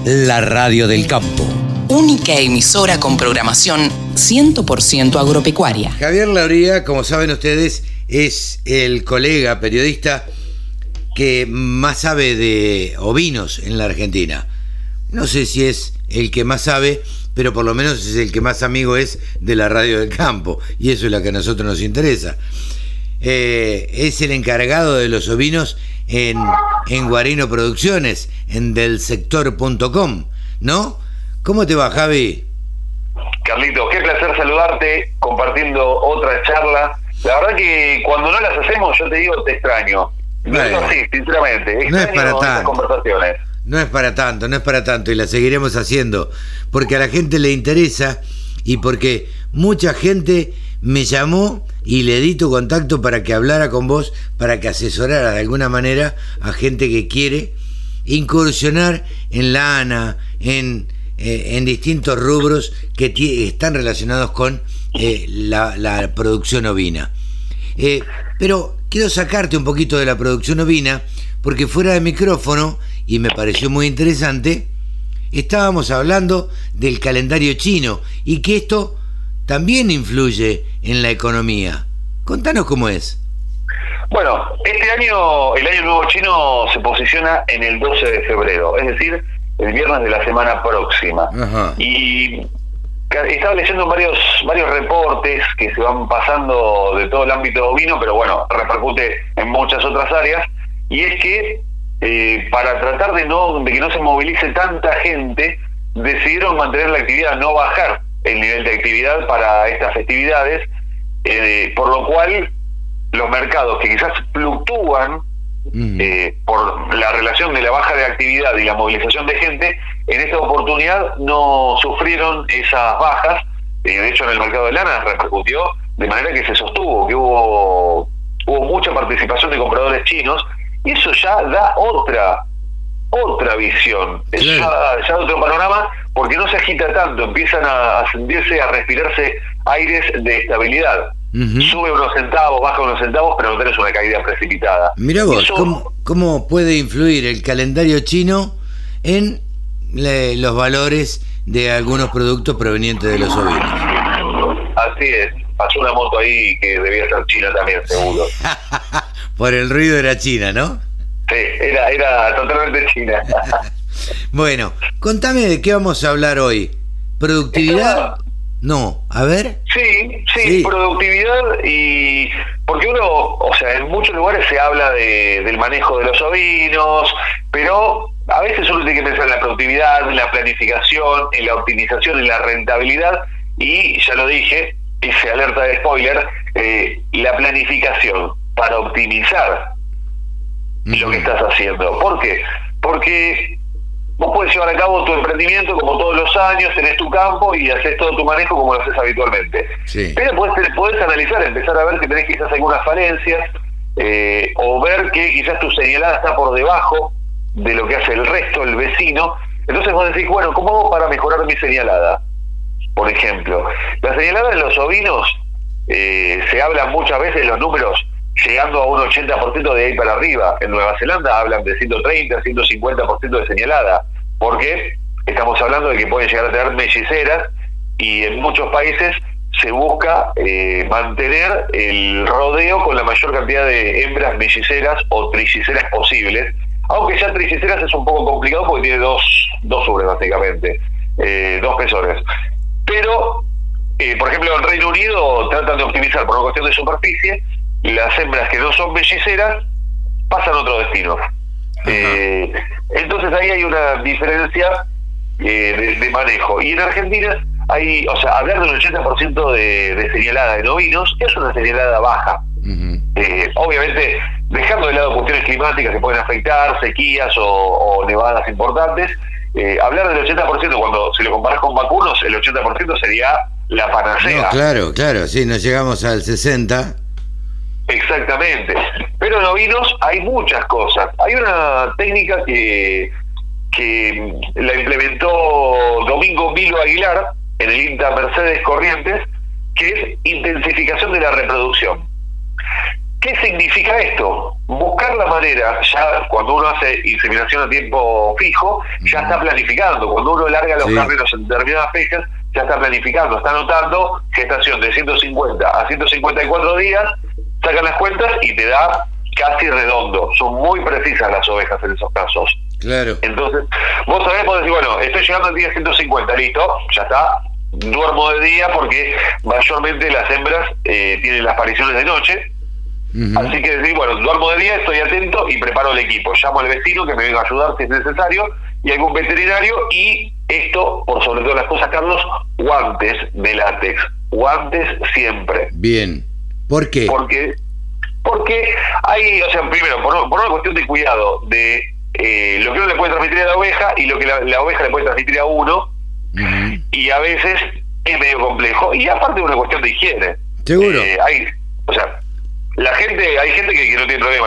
La radio del campo. Única emisora con programación 100% agropecuaria. Javier Lauría, como saben ustedes, es el colega periodista que más sabe de ovinos en la Argentina. No sé si es el que más sabe, pero por lo menos es el que más amigo es de la radio del campo, y eso es lo que a nosotros nos interesa. Es el encargado de los ovinos en Guarino Producciones, en delsector.com, ¿no? ¿Cómo te va, Javi? Carlito, qué placer saludarte, compartiendo otra charla. La verdad que cuando no las hacemos, yo te digo, te extraño. Bueno, sí, sinceramente, no es para estas tanto. conversaciones. No es para tanto, y la seguiremos haciendo, porque a la gente le interesa y porque mucha gente me llamó y le di tu contacto para que hablara con vos, para que asesorara de alguna manera a gente que quiere incursionar en lana, en distintos rubros que están relacionados con la producción ovina. Pero quiero sacarte un poquito de la producción ovina, porque fuera de micrófono, y me pareció muy interesante, estábamos hablando del calendario chino y que esto también influye en la economía. Contanos cómo es. Bueno, este año, el Año Nuevo Chino se posiciona en el 12 de febrero, es decir, el viernes de la semana próxima. Ajá. Y estaba leyendo varios reportes que se van pasando de todo el ámbito ovino, pero bueno, repercute en muchas otras áreas, y es que para tratar de que no se movilice tanta gente, decidieron mantener la actividad, no bajar el nivel de actividad para estas festividades, por lo cual los mercados que quizás fluctúan por la relación de la baja de actividad y la movilización de gente, en esta oportunidad no sufrieron esas bajas. De hecho, en el mercado de lana repercutió de manera que se sostuvo, que hubo mucha participación de compradores chinos, y eso ya da otra visión, Claro. ya otro panorama, porque no se agita tanto, empiezan a sentirse, a respirarse aires de estabilidad. Sube unos centavos, baja unos centavos, pero no tenés una caída precipitada. Mirá vos, Eso, ¿cómo puede influir el calendario chino en los valores de algunos productos provenientes de los ovinos? así es, pasó una moto ahí que debía ser china también, seguro. Por el ruido era China, ¿no? Sí, era totalmente china. Bueno, contame de qué vamos a hablar hoy. ¿Productividad? No, a ver. Sí, productividad, y porque en muchos lugares se habla del manejo de los ovinos, pero a veces uno tiene que pensar en la productividad, en la planificación, en la optimización, en la rentabilidad, y ya lo dije, hice alerta de spoiler, la planificación para optimizar lo que estás haciendo. ¿Por qué? Porque vos podés llevar a cabo tu emprendimiento como todos los años, tenés tu campo y haces todo tu manejo como lo haces habitualmente. Sí. Pero podés analizar, empezar a ver que tenés quizás algunas falencias, o ver que quizás tu señalada está por debajo de lo que hace el resto, el vecino. Entonces vos decís, bueno, ¿cómo hago para mejorar mi señalada? Por ejemplo, la señalada en los ovinos, se habla muchas veces los números llegando a un 80% de ahí para arriba. En Nueva Zelanda hablan de 130, 150% de señalada, porque estamos hablando de que pueden llegar a tener melliceras, y en muchos países se busca mantener el rodeo con la mayor cantidad de hembras melliceras o trilliceras posibles, aunque ya trilliceras es un poco complicado porque tiene dos ubres básicamente, dos pezones. Pero, por ejemplo, en Reino Unido tratan de optimizar por una cuestión de superficie. Las hembras que no son melliceras pasan a otro destino. Entonces ahí hay una diferencia de manejo. Y en Argentina hay, hablar del 80% de señalada en ovinos es una señalada baja. Obviamente, dejando de lado cuestiones climáticas que pueden afectar, sequías o nevadas importantes, hablar del 80% cuando si lo comparás con vacunos, el 80% sería la panacea. No, claro, sí, nos llegamos al 60%. Exactamente. Pero en ovinos hay muchas cosas. Hay una técnica que la implementó Domingo Milo Aguilar en el INTA Mercedes Corrientes, que es intensificación de la reproducción. ¿Qué significa esto? Buscar la manera, ya cuando uno hace inseminación a tiempo fijo, ya está planificando. Cuando uno larga los carneros en determinadas fechas, ya está planificando, está anotando gestación de 150 a 154 días, sacan las cuentas y te da casi redondo. Son muy precisas las ovejas en esos casos. Claro. Entonces, vos sabés, podés decir, bueno, estoy llegando al día 150, listo, ya está, duermo de día porque mayormente las hembras tienen las apariciones de noche. Así que decir, bueno, duermo de día, estoy atento y preparo el equipo. Llamo al vecino que me venga a ayudar si es necesario y algún veterinario. Y esto, por sobre todas las cosas, Carlos, guantes de látex. Guantes siempre. Bien. ¿Por qué? Porque hay, o sea, primero, por una cuestión de cuidado de lo que uno le puede transmitir a la oveja y lo que la oveja le puede transmitir a uno. Y a veces es medio complejo. Y aparte de una cuestión de higiene. Seguro. Hay gente que no tiene problema.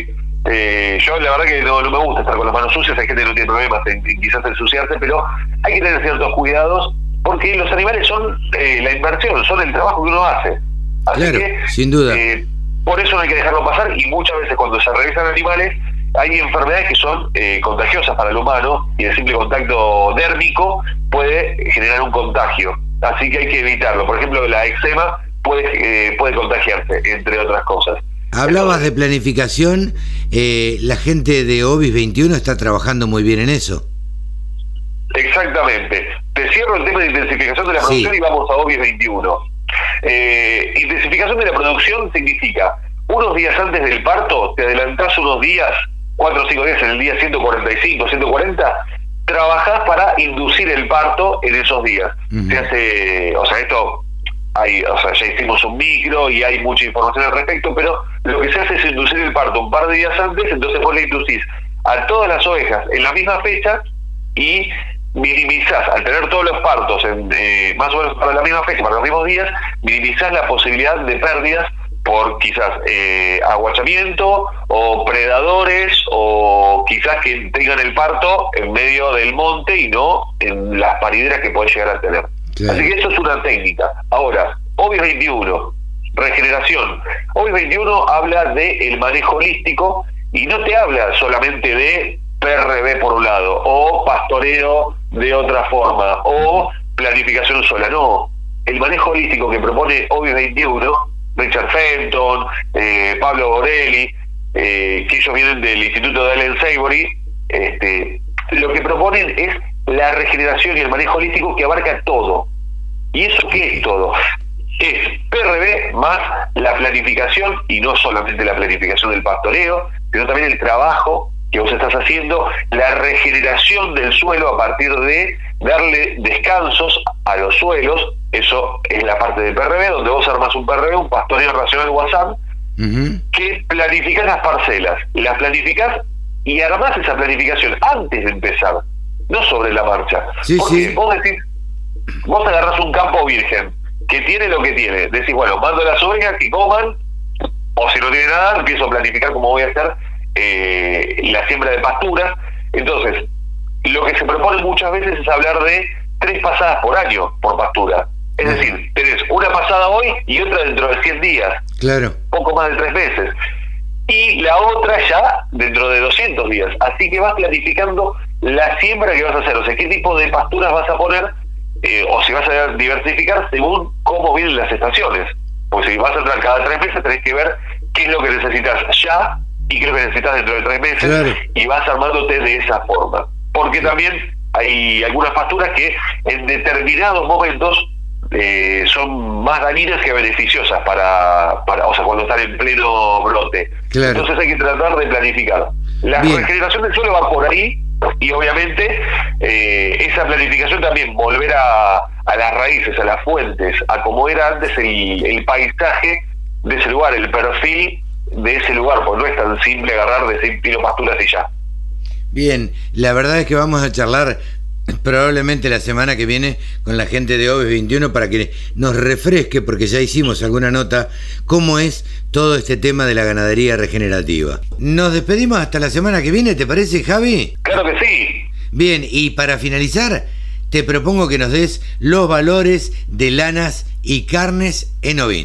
Yo la verdad que no me gusta estar con las manos sucias. Hay gente que no tiene problemas en quizás ensuciarse, pero hay que tener ciertos cuidados porque los animales son la inversión, son el trabajo que uno hace. Así claro, que, sin duda. Por eso no hay que dejarlo pasar, y muchas veces cuando se revisan animales hay enfermedades que son contagiosas para el humano y el simple contacto dérmico puede generar un contagio. Así que hay que evitarlo. Por ejemplo, la eczema puede contagiarse, entre otras cosas. Hablabas de planificación, la gente de Ovis 21 está trabajando muy bien en eso. Exactamente. Te cierro el tema de intensificación de la producción y vamos a Ovis 21. Intensificación de la producción significa unos días antes del parto, te adelantás unos días, 4 o 5 días en el día 145, 140, trabajás para inducir el parto en esos días. Se hace, ya hicimos un micro y hay mucha información al respecto, pero lo que se hace es inducir el parto un par de días antes. Entonces vos le inducís a todas las ovejas en la misma fecha y minimizás, al tener todos los partos más o menos para la misma fecha, para los mismos días, minimizás la posibilidad de pérdidas por quizás aguachamiento o predadores, o quizás que tengan el parto en medio del monte y no en las parideras que pueden llegar a tener. Claro. Así que eso es una técnica. Ahora, Ovis 21, regeneración. Ovis 21 habla de el manejo holístico y no te habla solamente de PRB por un lado, o pastoreo de otra forma, o planificación sola. No, el manejo holístico que propone Ovis 21, Richard Fenton, Pablo Borelli, que ellos vienen del Instituto de Allen Savory, lo que proponen es la regeneración y el manejo holístico que abarca todo. ¿Y eso qué es todo? Es PRB más la planificación, y no solamente la planificación del pastoreo, sino también el trabajo que vos estás haciendo, la regeneración del suelo a partir de darle descansos a los suelos. Eso es la parte de PRB, donde vos armás un PRB, un pastoreo racional WhatsApp, que planificás las parcelas, las planificás y armás esa planificación antes de empezar, no sobre la marcha. Porque vos decís, vos agarrás un campo virgen que tiene lo que tiene, decís, bueno, mando a las ovejas que coman, o si no tiene nada, empiezo a planificar cómo voy a hacer la siembra de pasturas. Entonces, lo que se propone muchas veces es hablar de 3 pasadas por año por pastura. Es decir, tenés una pasada hoy y otra dentro de 100 días. Claro. Poco más de 3 meses. Y la otra ya dentro de 200 días. Así que vas planificando la siembra que vas a hacer. O sea, qué tipo de pasturas vas a poner, o si vas a diversificar según cómo vienen las estaciones. Porque si vas a entrar cada 3 meses, tenés que ver qué es lo que necesitas ya y qué es lo que necesitas dentro de 3 meses. Claro. Y vas armándote de esa forma. Porque también hay algunas pasturas que en determinados momentos son más dañinas que beneficiosas para o sea, cuando están en pleno brote. Claro. Entonces hay que tratar de planificar. La regeneración del suelo va por ahí, y obviamente esa planificación también, volver a las raíces, a las fuentes, a cómo era antes el paisaje de ese lugar, el perfil de ese lugar, porque no es tan simple agarrar, decir tiro pasturas y ya. Bien, la verdad es que vamos a charlar probablemente la semana que viene con la gente de Ovis 21 para que nos refresque, porque ya hicimos alguna nota, cómo es todo este tema de la ganadería regenerativa. Nos despedimos hasta la semana que viene, ¿te parece, Javi? Claro que sí. Bien, y para finalizar, te propongo que nos des los valores de lanas y carnes en ovinos.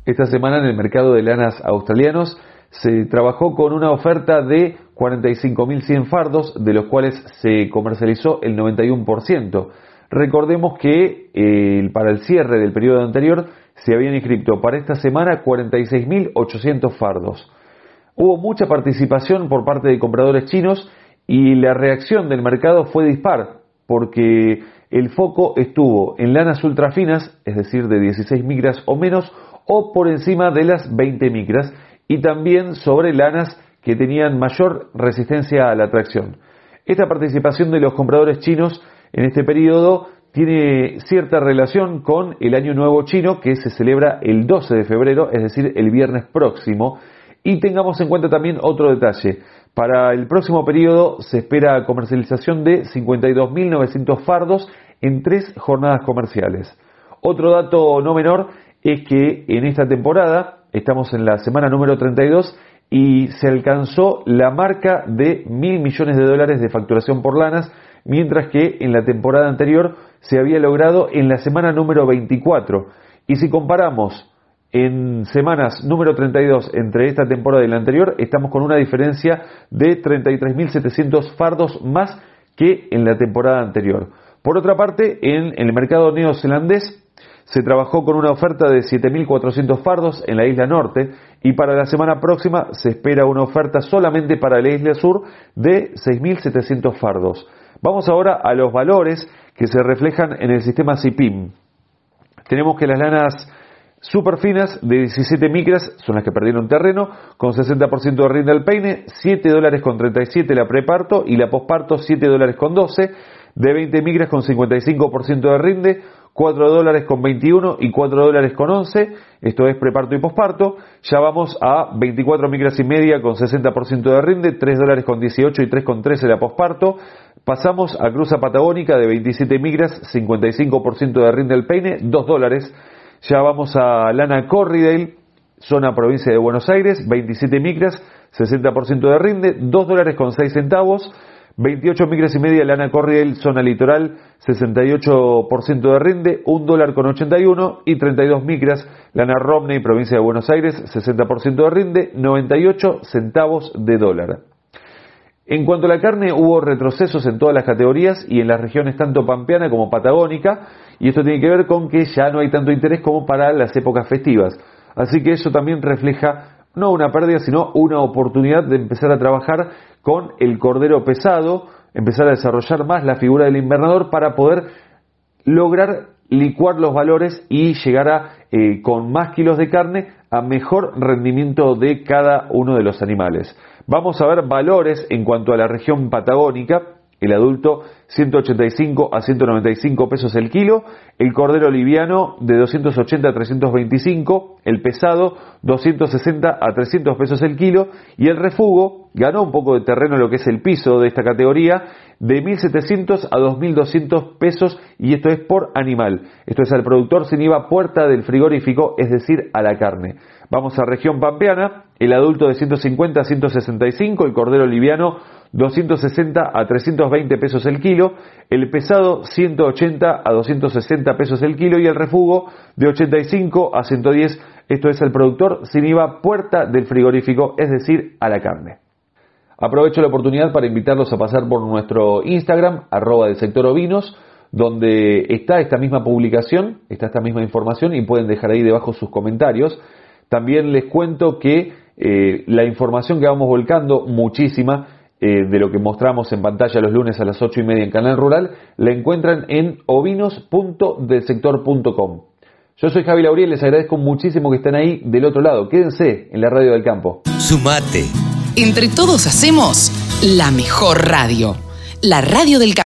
Esta semana en el mercado de lanas australianos se trabajó con una oferta de 45.100 fardos, de los cuales se comercializó el 91%. Recordemos que para el cierre del periodo anterior se habían inscrito para esta semana 46.800 fardos. Hubo mucha participación por parte de compradores chinos y la reacción del mercado fue dispar, porque el foco estuvo en lanas ultrafinas, es decir, de 16 micras o menos, o por encima de las 20 micras, y también sobre lanas que tenían mayor resistencia a la tracción. Esta participación de los compradores chinos en este periodo tiene cierta relación con el Año Nuevo Chino, que se celebra el 12 de febrero, es decir, el viernes próximo. Y tengamos en cuenta también otro detalle. Para el próximo periodo se espera comercialización de 52.900 fardos en 3 jornadas comerciales. Otro dato no menor es que en esta temporada, estamos en la semana número 32, y se alcanzó la marca de $1.000 millones de facturación por lanas, mientras que en la temporada anterior se había logrado en la semana número 24. Y si comparamos en semanas número 32 entre esta temporada y la anterior, estamos con una diferencia de 33.700 fardos más que en la temporada anterior. Por otra parte, en el mercado neozelandés se trabajó con una oferta de 7.400 fardos en la isla norte, y para la semana próxima se espera una oferta solamente para la isla sur de 6.700 fardos. Vamos ahora a los valores que se reflejan en el sistema CIPIM. Tenemos que las lanas super finas de 17 micras son las que perdieron terreno, con 60% de rinde al peine, $7.37 la preparto y la posparto $7.12, de 20 micras con 55% de rinde, $4.21 y $4.11, esto es preparto y posparto. Ya vamos a 24 micras y media con 60% de rinde, $3.18 y $3.13 la posparto. Pasamos a cruza patagónica de 27 micras, 55% de rinde al peine, $2. Ya vamos a lana Corriedale, zona provincia de Buenos Aires, 27 micras, 60% de rinde, $2.06. 28 micras y media lana Corriedale, zona litoral, 68% de rinde, $1.81. Y 32 micras lana Romney, provincia de Buenos Aires, 60% de rinde, 98 centavos de dólar. En cuanto a la carne, hubo retrocesos en todas las categorías y en las regiones tanto pampeana como patagónica, y esto tiene que ver con que ya no hay tanto interés como para las épocas festivas. Así que eso también refleja no una pérdida, sino una oportunidad de empezar a trabajar con el cordero pesado, empezar a desarrollar más la figura del invernador para poder lograr licuar los valores y llegar a, con más kilos de carne, a mejor rendimiento de cada uno de los animales. Vamos a ver valores en cuanto a la región patagónica. El adulto 185 a 195 pesos el kilo, el cordero liviano de 280 a 325, el pesado 260 a 300 pesos el kilo, y el refugo ganó un poco de terreno en lo que es el piso de esta categoría, de 1.700 a 2.200 pesos, y esto es por animal. Esto es al productor sin IVA puerta del frigorífico, es decir, a la carne. Vamos a región pampeana, el adulto de 150 a 165, el cordero liviano 260 a 320 pesos el kilo, el pesado 180 a 260 pesos el kilo y el refugo de 85 a 110, esto es el productor sin IVA puerta del frigorífico, es decir, a la carne. Aprovecho la oportunidad para invitarlos a pasar por nuestro Instagram, @delsectorovinos, donde está esta misma publicación, está esta misma información y pueden dejar ahí debajo sus comentarios. También les cuento que la información que vamos volcando, muchísima, de lo que mostramos en pantalla los lunes a las 8:30 en Canal Rural, la encuentran en ovinos.delsector.com. Yo soy Javi Lauriel, les agradezco muchísimo que estén ahí del otro lado. Quédense en la Radio del Campo. Sumate. Entre todos hacemos la mejor radio, la Radio del Campo.